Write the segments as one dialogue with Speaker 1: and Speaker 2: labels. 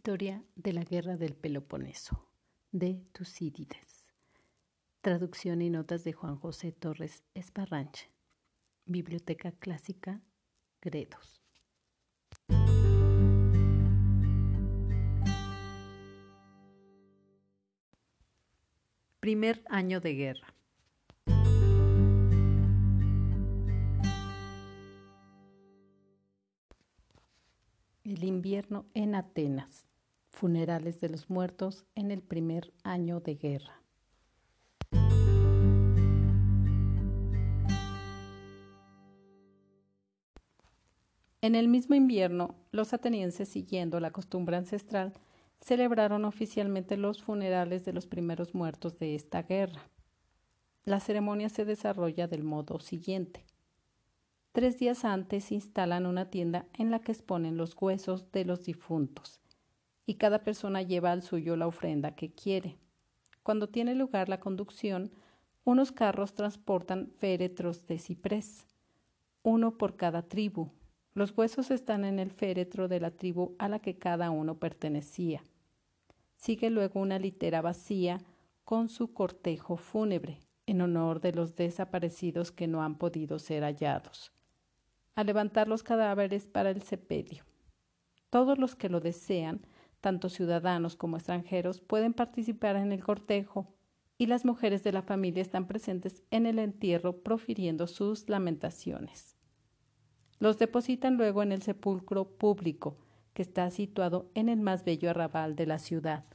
Speaker 1: Historia de la Guerra del Peloponeso, de Tucídides. Traducción y notas de Juan José Torres Esparranch. Biblioteca Clásica, Gredos. Primer año de guerra. El invierno en Atenas. Funerales de los muertos en el primer año de guerra. En el mismo invierno, los atenienses, siguiendo la costumbre ancestral, celebraron oficialmente los funerales de los primeros muertos de esta guerra. La ceremonia se desarrolla del modo siguiente. 3 días antes instalan una tienda en la que exponen los huesos de los difuntos y cada persona lleva al suyo la ofrenda que quiere. Cuando tiene lugar la conducción, unos carros transportan féretros de ciprés, uno por cada tribu. Los huesos están en el féretro de la tribu a la que cada uno pertenecía. Sigue luego una litera vacía con su cortejo fúnebre, en honor de los desaparecidos que no han podido ser hallados, a levantar los cadáveres para el sepelio. Todos los que lo desean, tanto ciudadanos como extranjeros, pueden participar en el cortejo y las mujeres de la familia están presentes en el entierro profiriendo sus lamentaciones. Los depositan luego en el sepulcro público, que está situado en el más bello arrabal de la ciudad,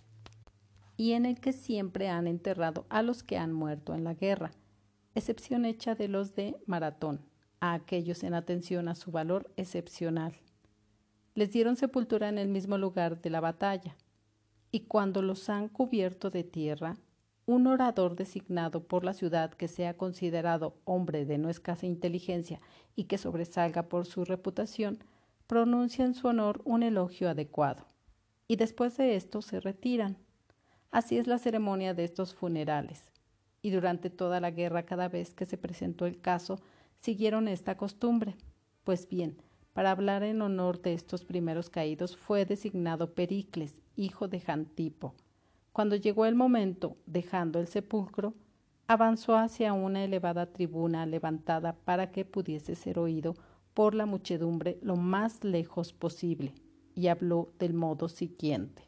Speaker 1: y en el que siempre han enterrado a los que han muerto en la guerra, excepción hecha de los de Maratón, a aquellos en atención a su valor excepcional. Les dieron sepultura en el mismo lugar de la batalla, y cuando los han cubierto de tierra, un orador designado por la ciudad que sea considerado hombre de no escasa inteligencia y que sobresalga por su reputación, pronuncia en su honor un elogio adecuado, y después de esto se retiran. Así es la ceremonia de estos funerales, y durante toda la guerra, cada vez que se presentó el caso, siguieron esta costumbre. Pues bien, para hablar en honor de estos primeros caídos fue designado Pericles, hijo de Jantipo. Cuando llegó el momento, dejando el sepulcro, avanzó hacia una elevada tribuna levantada para que pudiese ser oído por la muchedumbre lo más lejos posible, y habló del modo siguiente.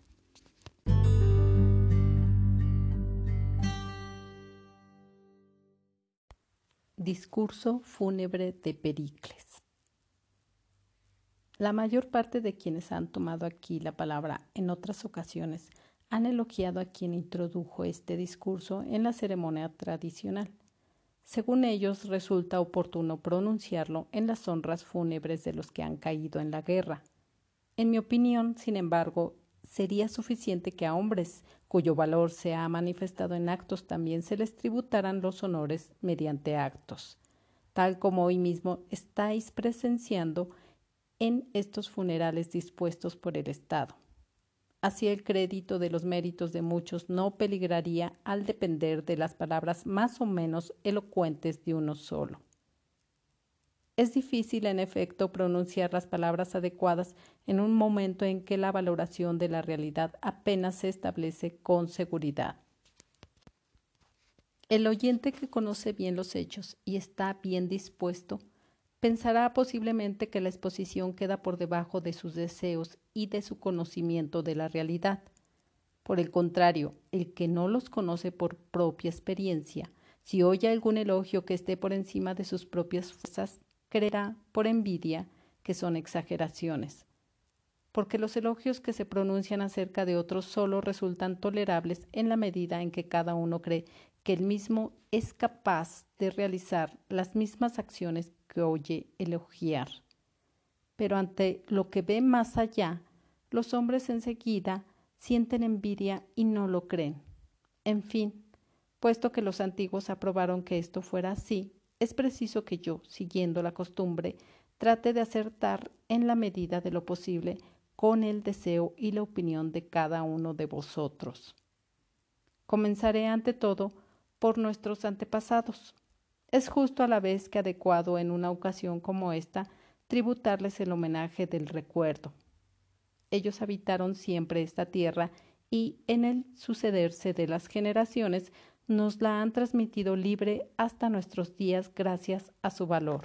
Speaker 1: Discurso fúnebre de Pericles. La mayor parte de quienes han tomado aquí la palabra en otras ocasiones han elogiado a quien introdujo este discurso en la ceremonia tradicional. Según ellos, resulta oportuno pronunciarlo en las honras fúnebres de los que han caído en la guerra. En mi opinión, sin embargo, sería suficiente que a hombres cuyo valor se ha manifestado en actos también se les tributaran los honores mediante actos, tal como hoy mismo estáis presenciando en estos funerales dispuestos por el Estado. Así el crédito de los méritos de muchos no peligraría al depender de las palabras más o menos elocuentes de uno solo. Es difícil, en efecto, pronunciar las palabras adecuadas en un momento en que la valoración de la realidad apenas se establece con seguridad. El oyente que conoce bien los hechos y está bien dispuesto pensará posiblemente que la exposición queda por debajo de sus deseos y de su conocimiento de la realidad. Por el contrario, el que no los conoce por propia experiencia, si oye algún elogio que esté por encima de sus propias fuerzas, creerá, por envidia, que son exageraciones. Porque los elogios que se pronuncian acerca de otros solo resultan tolerables en la medida en que cada uno cree que él mismo es capaz de realizar las mismas acciones que oye elogiar. Pero ante lo que ve más allá, los hombres enseguida sienten envidia y no lo creen. En fin, puesto que los antiguos aprobaron que esto fuera así, es preciso que yo, siguiendo la costumbre, trate de acertar en la medida de lo posible con el deseo y la opinión de cada uno de vosotros. Comenzaré ante todo por nuestros antepasados. Es justo a la vez que adecuado en una ocasión como esta tributarles el homenaje del recuerdo. Ellos habitaron siempre esta tierra y en el sucederse de las generaciones nos la han transmitido libre hasta nuestros días gracias a su valor.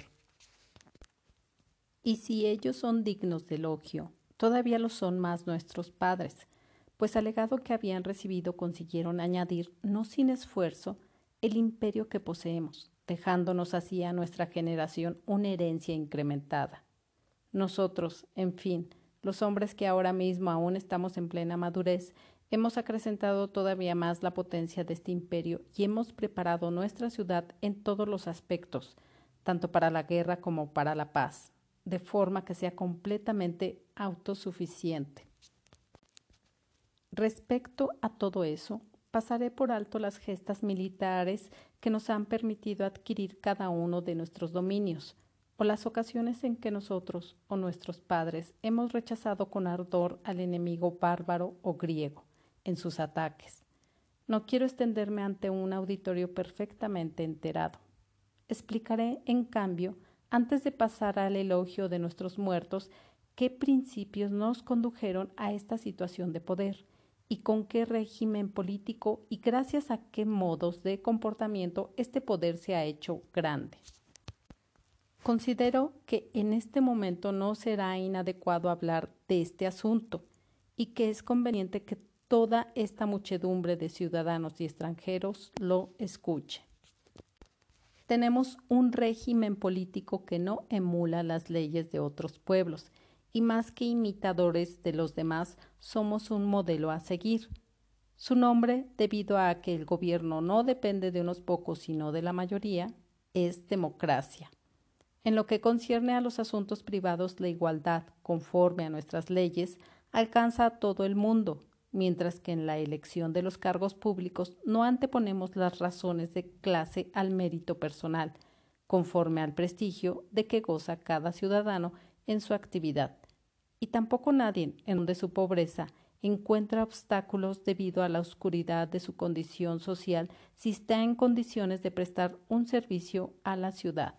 Speaker 1: Y si ellos son dignos de elogio, todavía lo son más nuestros padres, pues al legado que habían recibido consiguieron añadir, no sin esfuerzo, el imperio que poseemos, dejándonos así a nuestra generación una herencia incrementada. Nosotros, en fin, los hombres que ahora mismo aún estamos en plena madurez, hemos acrecentado todavía más la potencia de este imperio y hemos preparado nuestra ciudad en todos los aspectos, tanto para la guerra como para la paz, de forma que sea completamente autosuficiente. Respecto a todo eso, pasaré por alto las gestas militares que nos han permitido adquirir cada uno de nuestros dominios, o las ocasiones en que nosotros o nuestros padres hemos rechazado con ardor al enemigo bárbaro o griego en sus ataques. No quiero extenderme ante un auditorio perfectamente enterado. Explicaré, en cambio, antes de pasar al elogio de nuestros muertos, qué principios nos condujeron a esta situación de poder y con qué régimen político y gracias a qué modos de comportamiento este poder se ha hecho grande. Considero que en este momento no será inadecuado hablar de este asunto y que es conveniente que toda esta muchedumbre de ciudadanos y extranjeros lo escuche. Tenemos un régimen político que no emula las leyes de otros pueblos y más que imitadores de los demás somos un modelo a seguir. Su nombre, debido a que el gobierno no depende de unos pocos sino de la mayoría, es democracia. En lo que concierne a los asuntos privados, la igualdad, conforme a nuestras leyes, alcanza a todo el mundo, mientras que en la elección de los cargos públicos no anteponemos las razones de clase al mérito personal, conforme al prestigio de que goza cada ciudadano en su actividad. Y tampoco nadie, en donde su pobreza, encuentra obstáculos debido a la oscuridad de su condición social si está en condiciones de prestar un servicio a la ciudad.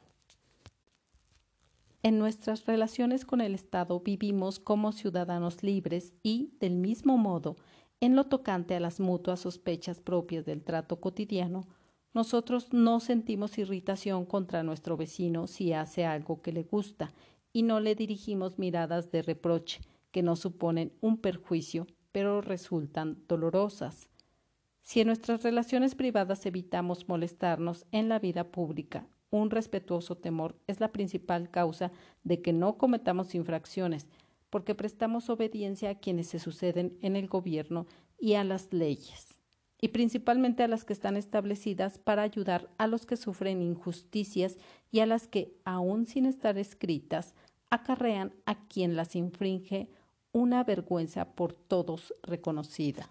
Speaker 1: En nuestras relaciones con el Estado vivimos como ciudadanos libres y, del mismo modo, en lo tocante a las mutuas sospechas propias del trato cotidiano, nosotros no sentimos irritación contra nuestro vecino si hace algo que le gusta y no le dirigimos miradas de reproche que no suponen un perjuicio, pero resultan dolorosas. Si en nuestras relaciones privadas evitamos molestarnos en la vida pública, un respetuoso temor es la principal causa de que no cometamos infracciones, porque prestamos obediencia a quienes se suceden en el gobierno y a las leyes, y principalmente a las que están establecidas para ayudar a los que sufren injusticias y a las que, aun sin estar escritas, acarrean a quien las infringe una vergüenza por todos reconocida.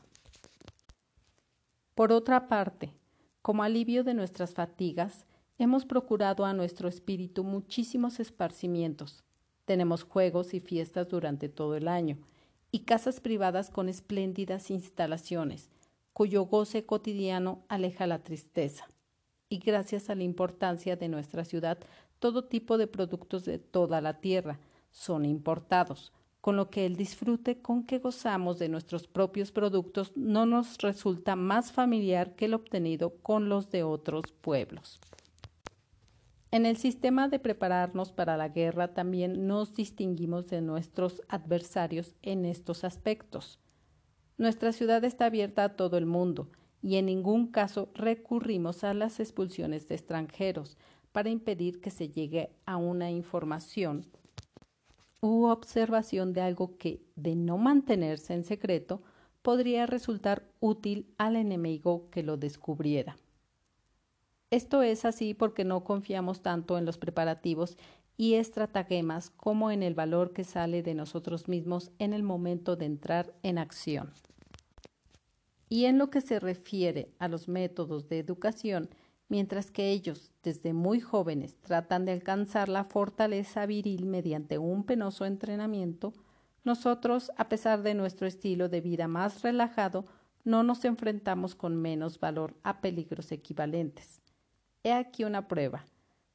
Speaker 1: Por otra parte, como alivio de nuestras fatigas, hemos procurado a nuestro espíritu muchísimos esparcimientos. Tenemos juegos y fiestas durante todo el año, y casas privadas con espléndidas instalaciones, cuyo goce cotidiano aleja la tristeza. Y gracias a la importancia de nuestra ciudad, todo tipo de productos de toda la tierra son importados, con lo que el disfrute con que gozamos de nuestros propios productos no nos resulta más familiar que el obtenido con los de otros pueblos. En el sistema de prepararnos para la guerra también nos distinguimos de nuestros adversarios en estos aspectos. Nuestra ciudad está abierta a todo el mundo y en ningún caso recurrimos a las expulsiones de extranjeros para impedir que se llegue a una información u observación de algo que, de no mantenerse en secreto, podría resultar útil al enemigo que lo descubriera. Esto es así porque no confiamos tanto en los preparativos y estratagemas como en el valor que sale de nosotros mismos en el momento de entrar en acción. Y en lo que se refiere a los métodos de educación, mientras que ellos, desde muy jóvenes, tratan de alcanzar la fortaleza viril mediante un penoso entrenamiento, nosotros, a pesar de nuestro estilo de vida más relajado, no nos enfrentamos con menos valor a peligros equivalentes. He aquí una prueba.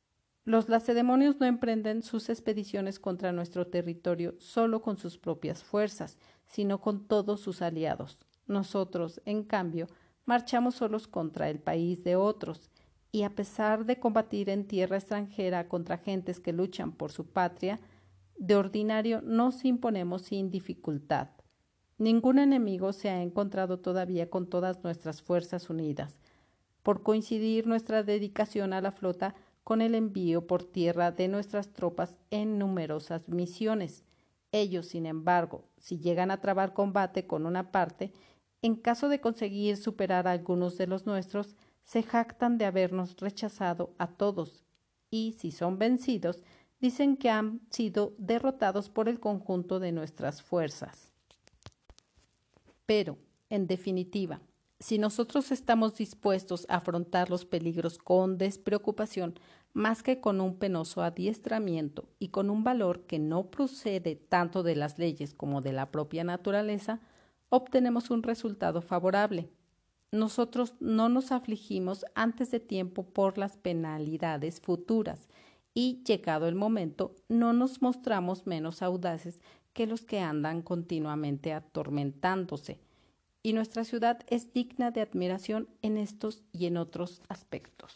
Speaker 1: Los lacedemonios no emprenden sus expediciones contra nuestro territorio solo con sus propias fuerzas, sino con todos sus aliados. Nosotros, en cambio, marchamos solos contra el país de otros, y a pesar de combatir en tierra extranjera contra gentes que luchan por su patria, de ordinario nos imponemos sin dificultad. Ningún enemigo se ha encontrado todavía con todas nuestras fuerzas unidas. Por coincidir nuestra dedicación a la flota con el envío por tierra de nuestras tropas en numerosas misiones. Ellos, sin embargo, si llegan a trabar combate con una parte, en caso de conseguir superar a algunos de los nuestros, se jactan de habernos rechazado a todos, y si son vencidos, dicen que han sido derrotados por el conjunto de nuestras fuerzas. Pero, en definitiva, si nosotros estamos dispuestos a afrontar los peligros con despreocupación, más que con un penoso adiestramiento y con un valor que no procede tanto de las leyes como de la propia naturaleza, obtenemos un resultado favorable. Nosotros no nos afligimos antes de tiempo por las penalidades futuras y, llegado el momento, no nos mostramos menos audaces que los que andan continuamente atormentándose, y nuestra ciudad es digna de admiración en estos y en otros aspectos.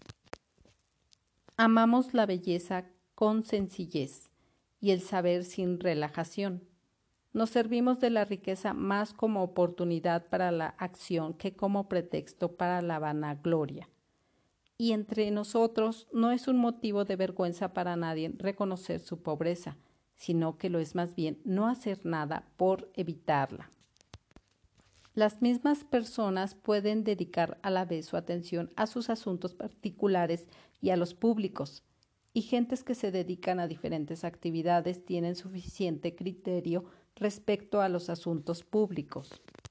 Speaker 1: Amamos la belleza con sencillez y el saber sin relajación. Nos servimos de la riqueza más como oportunidad para la acción que como pretexto para la vanagloria. Y entre nosotros no es un motivo de vergüenza para nadie reconocer su pobreza, sino que lo es más bien no hacer nada por evitarla. Las mismas personas pueden dedicar a la vez su atención a sus asuntos particulares y a los públicos, y gentes que se dedican a diferentes actividades tienen suficiente criterio respecto a los asuntos públicos.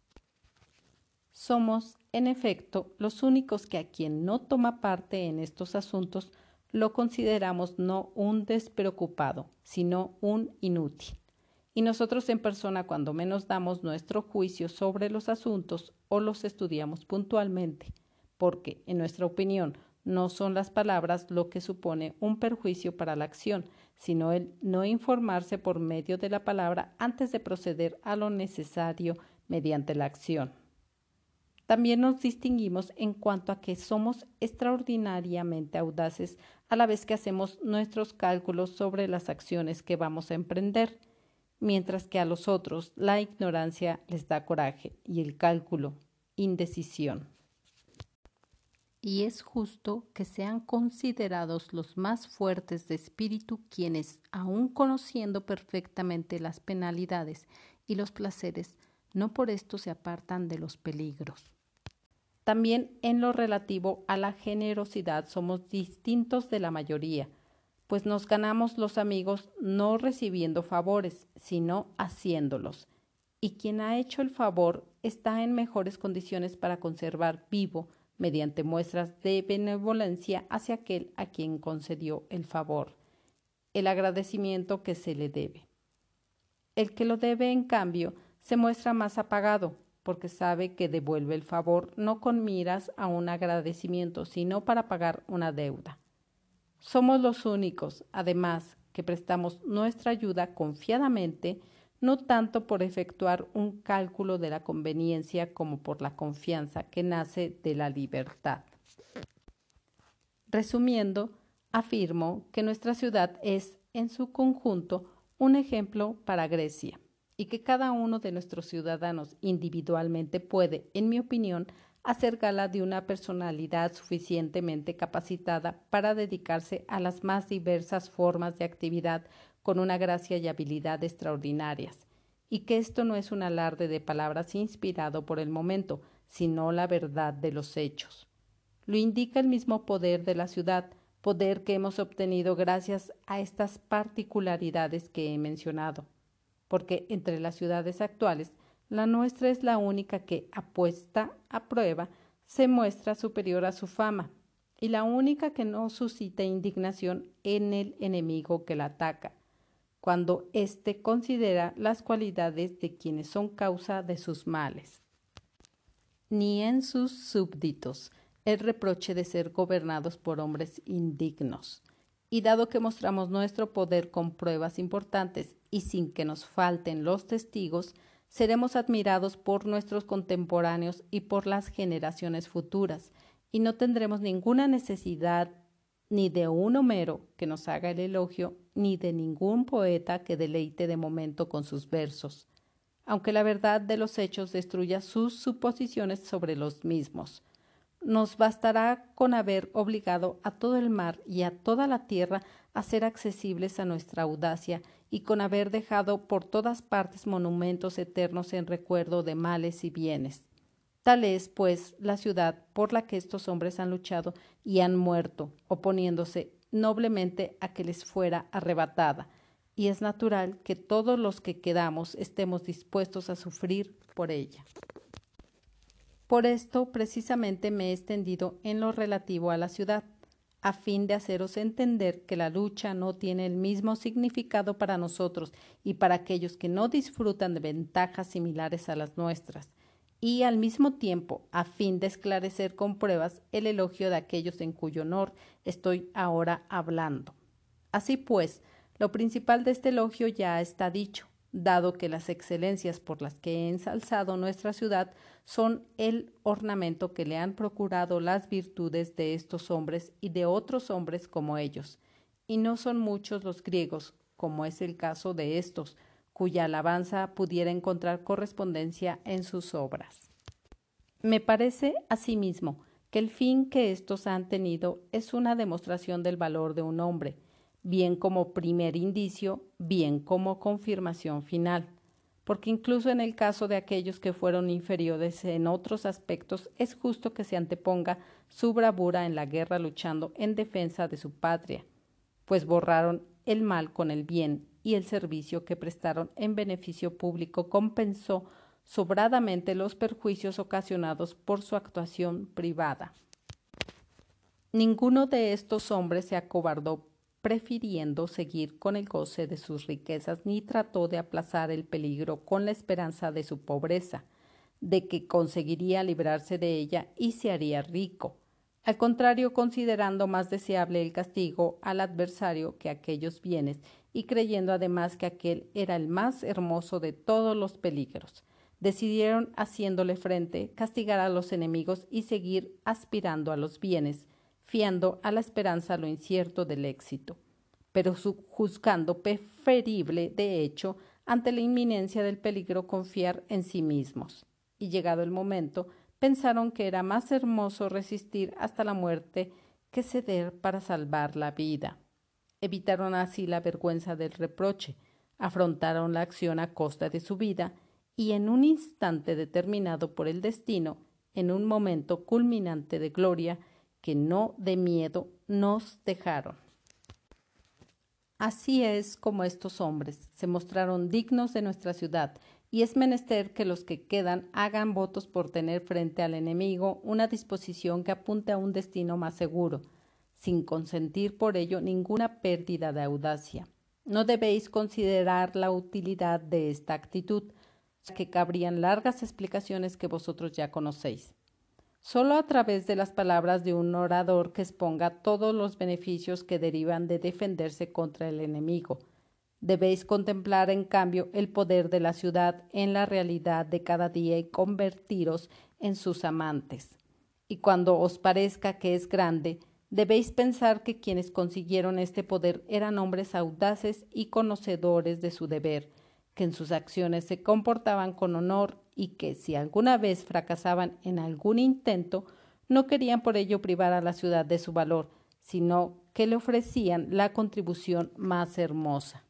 Speaker 1: Somos, en efecto, los únicos que a quien no toma parte en estos asuntos lo consideramos no un despreocupado, sino un inútil. Y nosotros en persona, cuando menos damos nuestro juicio sobre los asuntos o los estudiamos puntualmente, porque, en nuestra opinión, no son las palabras lo que supone un perjuicio para la acción, sino el no informarse por medio de la palabra antes de proceder a lo necesario mediante la acción. También nos distinguimos en cuanto a que somos extraordinariamente audaces a la vez que hacemos nuestros cálculos sobre las acciones que vamos a emprender, mientras que a los otros la ignorancia les da coraje y el cálculo indecisión. Y es justo que sean considerados los más fuertes de espíritu quienes, aun conociendo perfectamente las penalidades y los placeres, no por esto se apartan de los peligros. También en lo relativo a la generosidad somos distintos de la mayoría, pues nos ganamos los amigos no recibiendo favores, sino haciéndolos. Y quien ha hecho el favor está en mejores condiciones para conservar vivo, mediante muestras de benevolencia hacia aquel a quien concedió el favor, el agradecimiento que se le debe. El que lo debe, en cambio, se muestra más apagado, porque sabe que devuelve el favor no con miras a un agradecimiento, sino para pagar una deuda. Somos los únicos, además, que prestamos nuestra ayuda confiadamente, no tanto por efectuar un cálculo de la conveniencia como por la confianza que nace de la libertad. Resumiendo, afirmo que nuestra ciudad es, en su conjunto, un ejemplo para Grecia, y que cada uno de nuestros ciudadanos individualmente puede, en mi opinión, hacer gala de una personalidad suficientemente capacitada para dedicarse a las más diversas formas de actividad con una gracia y habilidad extraordinarias, y que esto no es un alarde de palabras inspirado por el momento, sino la verdad de los hechos. Lo indica el mismo poder de la ciudad, poder que hemos obtenido gracias a estas particularidades que he mencionado, porque entre las ciudades actuales la nuestra es la única que, apuesta a prueba, se muestra superior a su fama, y la única que no suscita indignación en el enemigo que la ataca, cuando éste considera las cualidades de quienes son causa de sus males, ni en sus súbditos el reproche de ser gobernados por hombres indignos, Y dado que mostramos nuestro poder con pruebas importantes y sin que nos falten los testigos, seremos admirados por nuestros contemporáneos y por las generaciones futuras, y no tendremos ninguna necesidad ni de un Homero que nos haga el elogio, ni de ningún poeta que deleite de momento con sus versos, aunque la verdad de los hechos destruya sus suposiciones sobre los mismos. Nos bastará con haber obligado a todo el mar y a toda la tierra a ser accesibles a nuestra audacia y con haber dejado por todas partes monumentos eternos en recuerdo de males y bienes. Tal es, pues, la ciudad por la que estos hombres han luchado y han muerto, oponiéndose noblemente a que les fuera arrebatada, y es natural que todos los que quedamos estemos dispuestos a sufrir por ella. Por esto, precisamente, me he extendido en lo relativo a la ciudad, a fin de haceros entender que la lucha no tiene el mismo significado para nosotros y para aquellos que no disfrutan de ventajas similares a las nuestras, y al mismo tiempo, a fin de esclarecer con pruebas el elogio de aquellos en cuyo honor estoy ahora hablando. Así pues, lo principal de este elogio ya está dicho, dado que las excelencias por las que he ensalzado nuestra ciudad son el ornamento que le han procurado las virtudes de estos hombres y de otros hombres como ellos, y no son muchos los griegos, como es el caso de estos, cuya alabanza pudiera encontrar correspondencia en sus obras. Me parece, asimismo, que el fin que estos han tenido es una demostración del valor de un hombre, bien como primer indicio, bien como confirmación final, porque incluso en el caso de aquellos que fueron inferiores en otros aspectos, es justo que se anteponga su bravura en la guerra luchando en defensa de su patria, pues borraron el mal con el bien y el servicio que prestaron en beneficio público compensó sobradamente los perjuicios ocasionados por su actuación privada. Ninguno de estos hombres se acobardó prefiriendo seguir con el goce de sus riquezas, ni trató de aplazar el peligro con la esperanza de su pobreza, de que conseguiría librarse de ella y se haría rico. Al contrario, considerando más deseable el castigo al adversario que aquellos bienes, y creyendo además que aquel era el más hermoso de todos los peligros, decidieron, haciéndole frente, castigar a los enemigos y seguir aspirando a los bienes, fiando a la esperanza lo incierto del éxito, pero juzgando preferible, de hecho, ante la inminencia del peligro, confiar en sí mismos. Y llegado el momento, pensaron que era más hermoso resistir hasta la muerte que ceder para salvar la vida. Evitaron así la vergüenza del reproche, afrontaron la acción a costa de su vida, y en un instante determinado por el destino, en un momento culminante de gloria, que no de miedo nos dejaron. Así es como estos hombres se mostraron dignos de nuestra ciudad, y es menester que los que quedan hagan votos por tener frente al enemigo una disposición que apunte a un destino más seguro, sin consentir por ello ninguna pérdida de audacia. No debéis considerar la utilidad de esta actitud, que cabrían largas explicaciones que vosotros ya conocéis. Solo a través de las palabras de un orador que exponga todos los beneficios que derivan de defenderse contra el enemigo. Debéis contemplar, en cambio, el poder de la ciudad en la realidad de cada día y convertiros en sus amantes. Y cuando os parezca que es grande, debéis pensar que quienes consiguieron este poder eran hombres audaces y conocedores de su deber, que en sus acciones se comportaban con honor y que, si alguna vez fracasaban en algún intento, no querían por ello privar a la ciudad de su valor, sino que le ofrecían la contribución más hermosa.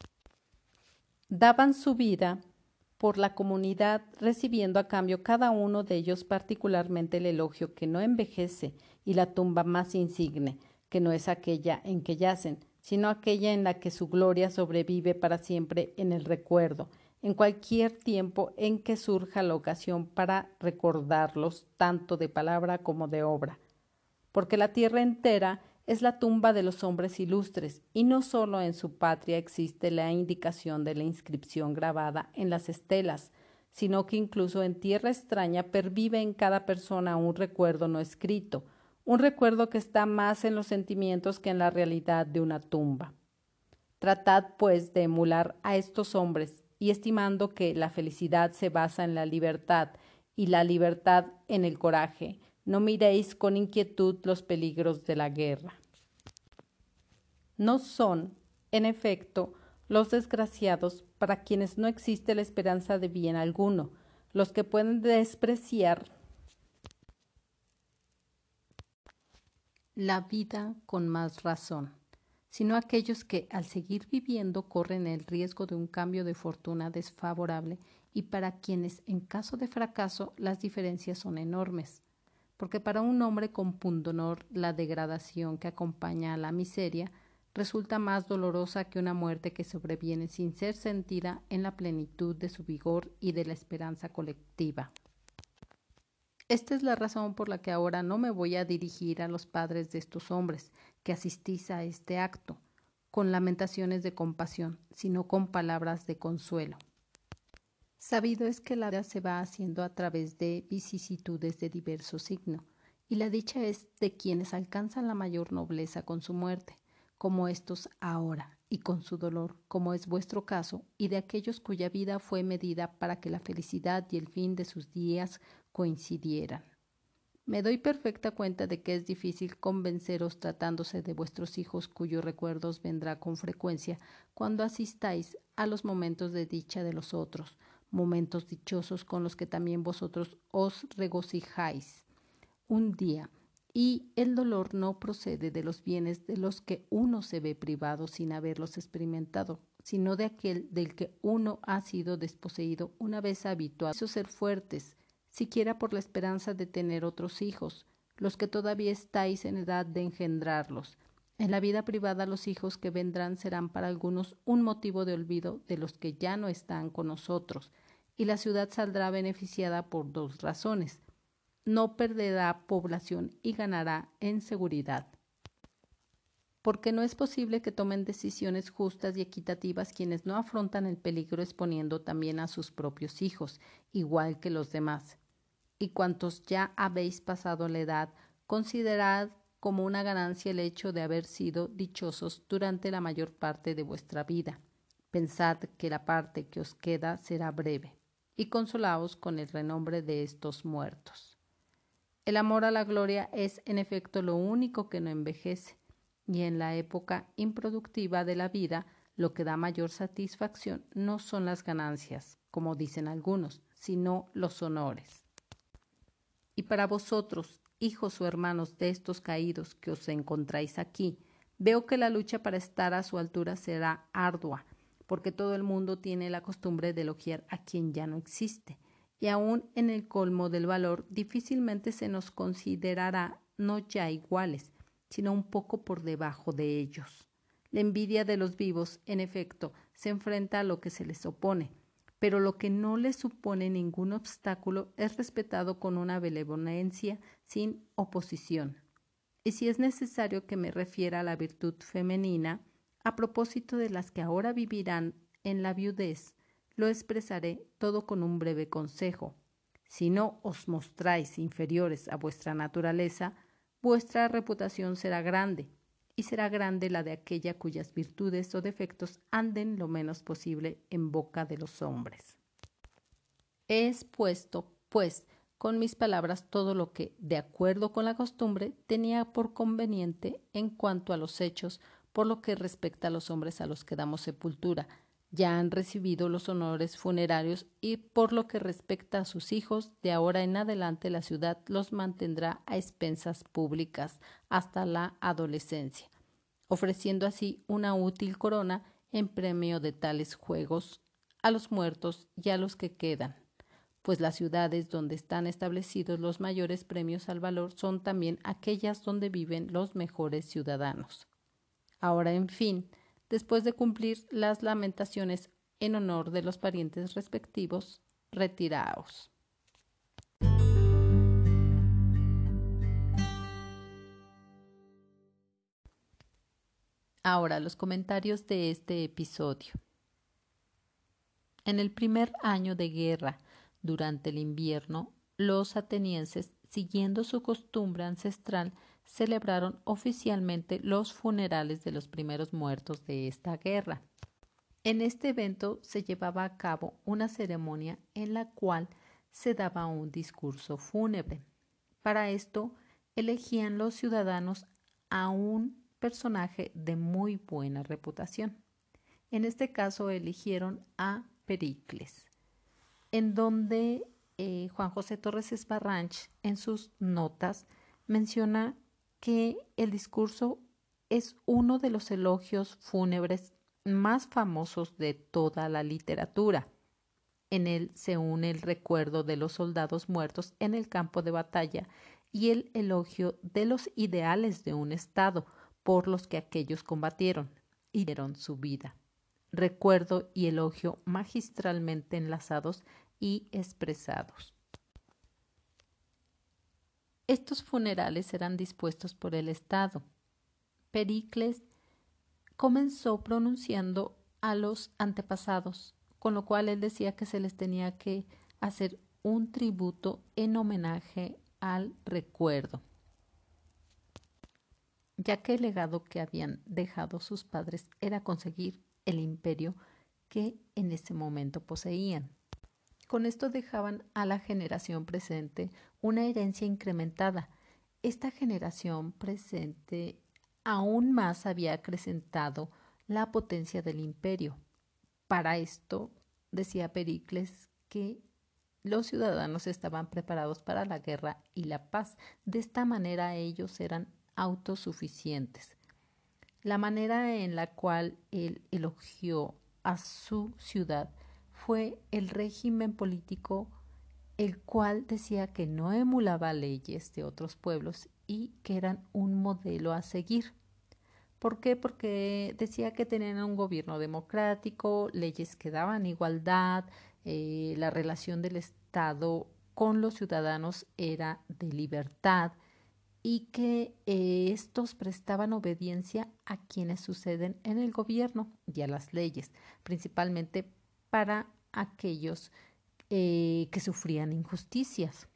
Speaker 1: Daban su vida por la comunidad, recibiendo a cambio cada uno de ellos particularmente el elogio que no envejece y la tumba más insigne, que no es aquella en que yacen, sino aquella en la que su gloria sobrevive para siempre en el recuerdo, en cualquier tiempo en que surja la ocasión para recordarlos tanto de palabra como de obra. Porque la tierra entera es la tumba de los hombres ilustres, y no solo en su patria existe la indicación de la inscripción grabada en las estelas, sino que incluso en tierra extraña pervive en cada persona un recuerdo no escrito, un recuerdo que está más en los sentimientos que en la realidad de una tumba. Tratad, pues, de emular a estos hombres, y estimando que la felicidad se basa en la libertad y la libertad en el coraje, no miréis con inquietud los peligros de la guerra. No son, en efecto, los desgraciados para quienes no existe la esperanza de bien alguno, los que pueden despreciar la vida con más razón, sino aquellos que al seguir viviendo corren el riesgo de un cambio de fortuna desfavorable y para quienes en caso de fracaso las diferencias son enormes, porque para un hombre con pundonor la degradación que acompaña a la miseria resulta más dolorosa que una muerte que sobreviene sin ser sentida en la plenitud de su vigor y de la esperanza colectiva. Esta es la razón por la que ahora no me voy a dirigir a los padres de estos hombres que asistís a este acto, con lamentaciones de compasión, sino con palabras de consuelo. Sabido es que la vida se va haciendo a través de vicisitudes de diverso signo, y la dicha es de quienes alcanzan la mayor nobleza con su muerte, como estos ahora, y con su dolor, como es vuestro caso, y de aquellos cuya vida fue medida para que la felicidad y el fin de sus días coincidieran. Me doy perfecta cuenta de que es difícil convenceros tratándose de vuestros hijos cuyos recuerdos vendrá con frecuencia cuando asistáis a los momentos de dicha de los otros, momentos dichosos con los que también vosotros os regocijáis un día, y el dolor no procede de los bienes de los que uno se ve privado sin haberlos experimentado, sino de aquel del que uno ha sido desposeído una vez habituado a ser fuertes, siquiera por la esperanza de tener otros hijos, los que todavía estáis en edad de engendrarlos. En la vida privada los hijos que vendrán serán para algunos un motivo de olvido de los que ya no están con nosotros, y la ciudad saldrá beneficiada por dos razones. No perderá población y ganará en seguridad, porque no es posible que tomen decisiones justas y equitativas quienes no afrontan el peligro exponiendo también a sus propios hijos, igual que los demás. Y cuantos ya habéis pasado la edad, considerad como una ganancia el hecho de haber sido dichosos durante la mayor parte de vuestra vida. Pensad que la parte que os queda será breve, y consolaos con el renombre de estos muertos. El amor a la gloria es en efecto lo único que no envejece, y en la época improductiva de la vida lo que da mayor satisfacción no son las ganancias, como dicen algunos, sino los honores. Y para vosotros, hijos o hermanos de estos caídos que os encontráis aquí, veo que la lucha para estar a su altura será ardua, porque todo el mundo tiene la costumbre de elogiar a quien ya no existe, y aun en el colmo del valor difícilmente se nos considerará no ya iguales, sino un poco por debajo de ellos. La envidia de los vivos, en efecto, se enfrenta a lo que se les opone, pero lo que no les supone ningún obstáculo es respetado con una benevolencia sin oposición. Y si es necesario que me refiera a la virtud femenina, a propósito de las que ahora vivirán en la viudez, lo expresaré todo con un breve consejo. Si no os mostráis inferiores a vuestra naturaleza, vuestra reputación será grande, y será grande la de aquella cuyas virtudes o defectos anden lo menos posible en boca de los hombres. He expuesto, pues, con mis palabras todo lo que, de acuerdo con la costumbre, tenía por conveniente en cuanto a los hechos, por lo que respecta a los hombres a los que damos sepultura, ya han recibido los honores funerarios, y por lo que respecta a sus hijos, de ahora en adelante la ciudad los mantendrá a expensas públicas hasta la adolescencia, ofreciendo así una útil corona en premio de tales juegos a los muertos y a los que quedan, pues las ciudades donde están establecidos los mayores premios al valor son también aquellas donde viven los mejores ciudadanos. Ahora, en fin, después de cumplir las lamentaciones en honor de los parientes respectivos, retiraos. Ahora, los comentarios de este episodio. En el primer año de guerra, durante el invierno, los atenienses, siguiendo su costumbre ancestral, celebraron oficialmente los funerales de los primeros muertos de esta guerra. En este evento se llevaba a cabo una ceremonia en la cual se daba un discurso fúnebre. Para esto elegían los ciudadanos a un personaje de muy buena reputación. En este caso eligieron a Pericles, en donde Juan José Torres Esbarranch en sus notas menciona que el discurso es uno de los elogios fúnebres más famosos de toda la literatura. En él se une el recuerdo de los soldados muertos en el campo de batalla y el elogio de los ideales de un Estado por los que aquellos combatieron y dieron su vida. Recuerdo y elogio magistralmente enlazados y expresados. Estos funerales eran dispuestos por el Estado. Pericles comenzó pronunciando a los antepasados, con lo cual él decía que se les tenía que hacer un tributo en homenaje al recuerdo, ya que el legado que habían dejado sus padres era conseguir el imperio que en ese momento poseían. Con esto dejaban a la generación presente una herencia incrementada. Esta generación presente aún más había acrecentado la potencia del imperio. Para esto, decía Pericles, que los ciudadanos estaban preparados para la guerra y la paz. De esta manera ellos eran autosuficientes. La manera en la cual él elogió a su ciudad fue el régimen político, el cual decía que no emulaba leyes de otros pueblos y que eran un modelo a seguir. ¿Por qué? Porque decía que tenían un gobierno democrático, leyes que daban igualdad, la relación del Estado con los ciudadanos era de libertad y que estos prestaban obediencia a quienes suceden en el gobierno y a las leyes, principalmente para aquellos que sufrían injusticias.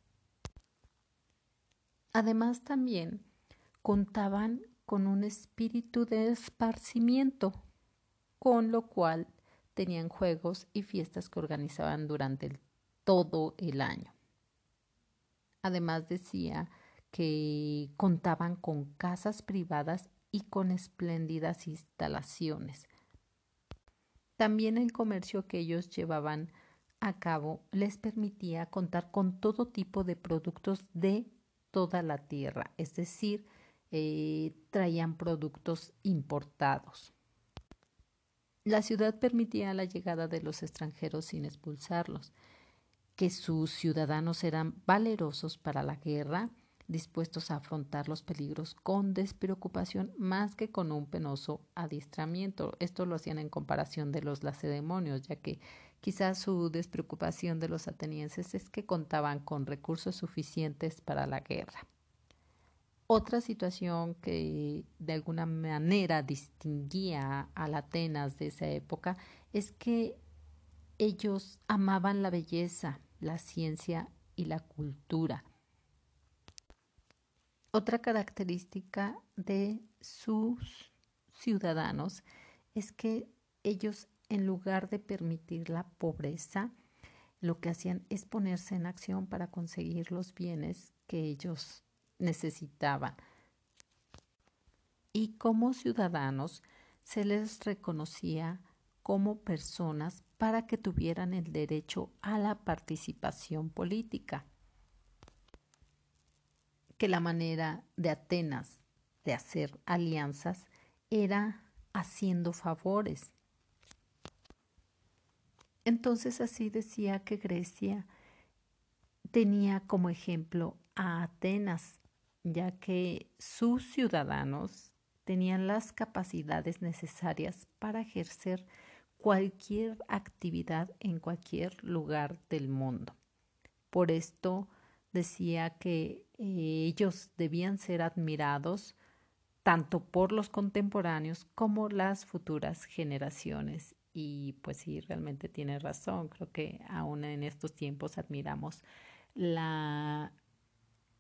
Speaker 1: Además, también contaban con un espíritu de esparcimiento, con lo cual tenían juegos y fiestas que organizaban durante todo el año. Además, decía que contaban con casas privadas y con espléndidas instalaciones. También el comercio que ellos llevaban a cabo les permitía contar con todo tipo de productos de toda la tierra, es decir, traían productos importados. La ciudad permitía la llegada de los extranjeros sin expulsarlos, que sus ciudadanos eran valerosos para la guerra, dispuestos a afrontar los peligros con despreocupación más que con un penoso adiestramiento. Esto lo hacían en comparación de los lacedemonios, ya que quizás su despreocupación de los atenienses es que contaban con recursos suficientes para la guerra. Otra situación que de alguna manera distinguía a la Atenas de esa época es que ellos amaban la belleza, la ciencia y la cultura. Otra característica de sus ciudadanos es que ellos, en lugar de permitir la pobreza, lo que hacían es ponerse en acción para conseguir los bienes que ellos necesitaban. Y como ciudadanos se les reconocía como personas para que tuvieran el derecho a la participación política. Que la manera de Atenas de hacer alianzas era haciendo favores. Entonces así decía que Grecia tenía como ejemplo a Atenas, ya que sus ciudadanos tenían las capacidades necesarias para ejercer cualquier actividad en cualquier lugar del mundo. Por esto decía que ellos debían ser admirados tanto por los contemporáneos como las futuras generaciones. Y pues sí, realmente tiene razón. Creo que aún en estos tiempos admiramos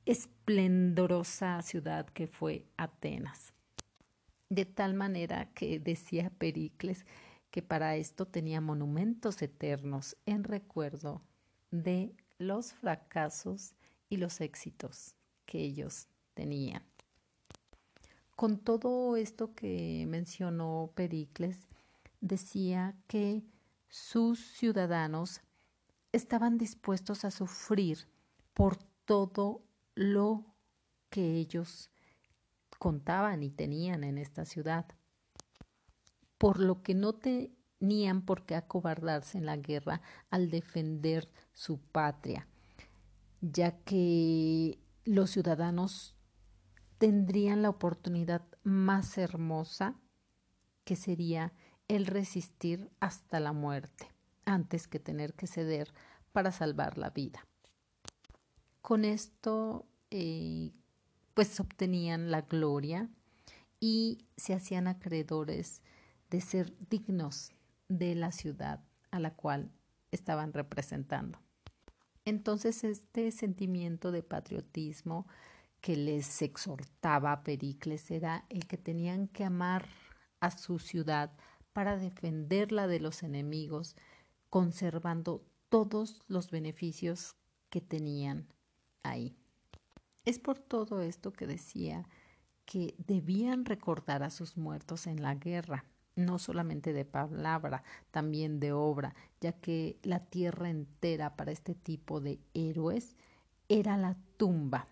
Speaker 1: esplendorosa ciudad que fue Atenas. De tal manera que decía Pericles que para esto tenía monumentos eternos en recuerdo de los fracasos y los éxitos que ellos tenían. Con todo esto que mencionó Pericles, decía que sus ciudadanos estaban dispuestos a sufrir por todo lo que ellos contaban y tenían en esta ciudad, por lo que no tenían por qué acobardarse en la guerra al defender su patria, ya que los ciudadanos tendrían la oportunidad más hermosa, que sería el resistir hasta la muerte, antes que tener que ceder para salvar la vida. Con esto, pues obtenían la gloria y se hacían acreedores de ser dignos de la ciudad a la cual estaban representando. Entonces, este sentimiento de patriotismo que les exhortaba Pericles era el que tenían que amar a su ciudad para defenderla de los enemigos, conservando todos los beneficios que tenían ahí. Es por todo esto que decía que debían recordar a sus muertos en la guerra, no solamente de palabra, también de obra, ya que la tierra entera para este tipo de héroes era la tumba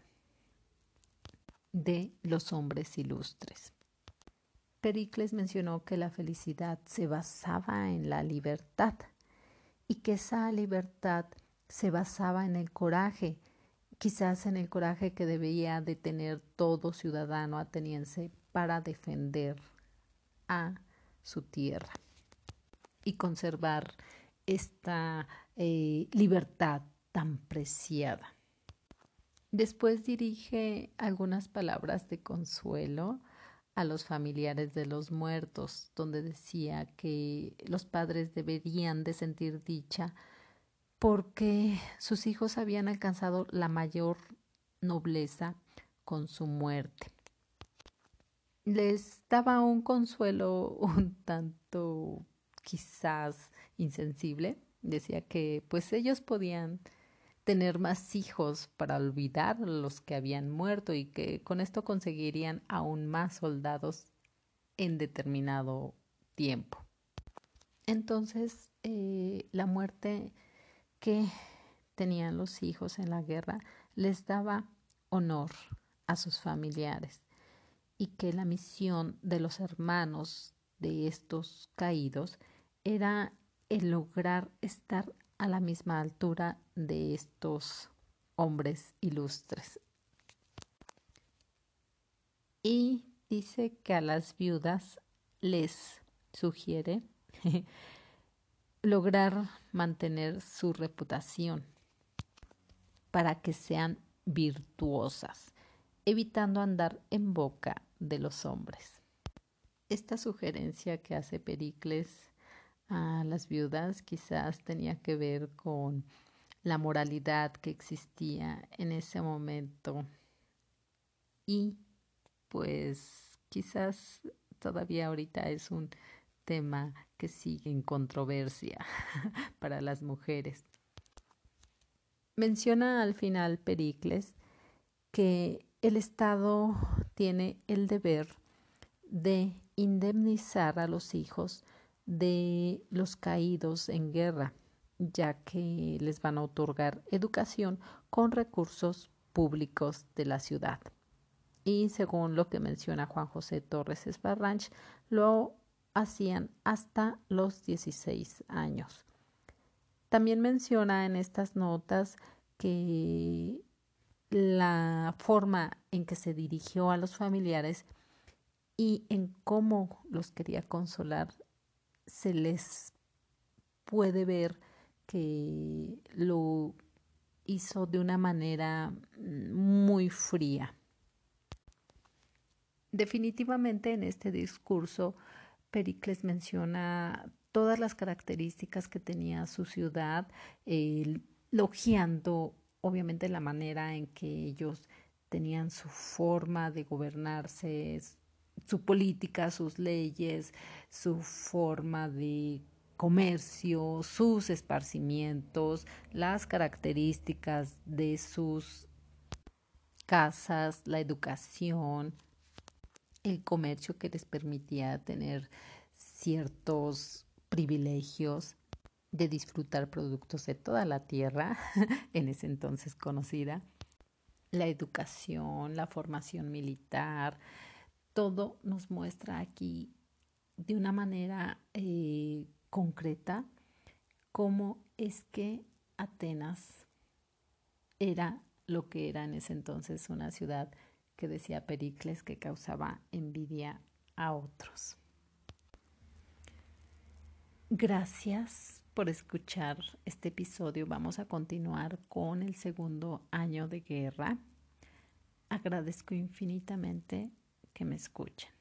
Speaker 1: de los hombres ilustres. Pericles mencionó que la felicidad se basaba en la libertad y que esa libertad se basaba en el coraje, quizás en el coraje que debía de tener todo ciudadano ateniense para defender a su tierra y conservar esta libertad tan preciada. Después dirige algunas palabras de consuelo a los familiares de los muertos, donde decía que los padres deberían de sentir dicha porque sus hijos habían alcanzado la mayor nobleza con su muerte. Les daba un consuelo un tanto quizás insensible. Decía que pues ellos podían tener más hijos para olvidar los que habían muerto y que con esto conseguirían aún más soldados en determinado tiempo. Entonces, la muerte que tenían los hijos en la guerra les daba honor a sus familiares y que la misión de los hermanos de estos caídos era el lograr estar a la misma altura de estos hombres ilustres. Y dice que a las viudas les sugiere lograr mantener su reputación para que sean virtuosas, evitando andar en boca de los hombres. Esta sugerencia que hace Pericles a las viudas quizás tenía que ver con la moralidad que existía en ese momento y pues quizás todavía ahorita es un tema que sigue en controversia para las mujeres. Menciona al final Pericles que el Estado tiene el deber de indemnizar a los hijos de los caídos en guerra, ya que les van a otorgar educación con recursos públicos de la ciudad. Y según lo que menciona Juan José Torres Esparranch, lo hacían hasta los 16 años. También menciona en estas notas que la forma en que se dirigió a los familiares y en cómo los quería consolar, se les puede ver que lo hizo de una manera muy fría. Definitivamente en este discurso Pericles menciona todas las características que tenía su ciudad, elogiando obviamente la manera en que ellos tenían su forma de gobernarse, su política, sus leyes, su forma de comercio, sus esparcimientos, las características de sus casas, la educación, el comercio que les permitía tener ciertos privilegios de disfrutar productos de toda la tierra, en ese entonces conocida, la educación, la formación militar, todo nos muestra aquí de una manera concreta cómo es que Atenas era lo que era en ese entonces una ciudad que decía Pericles que causaba envidia a otros. Gracias por escuchar este episodio. Vamos a continuar con el segundo año de guerra. Agradezco infinitamente que me escuchen.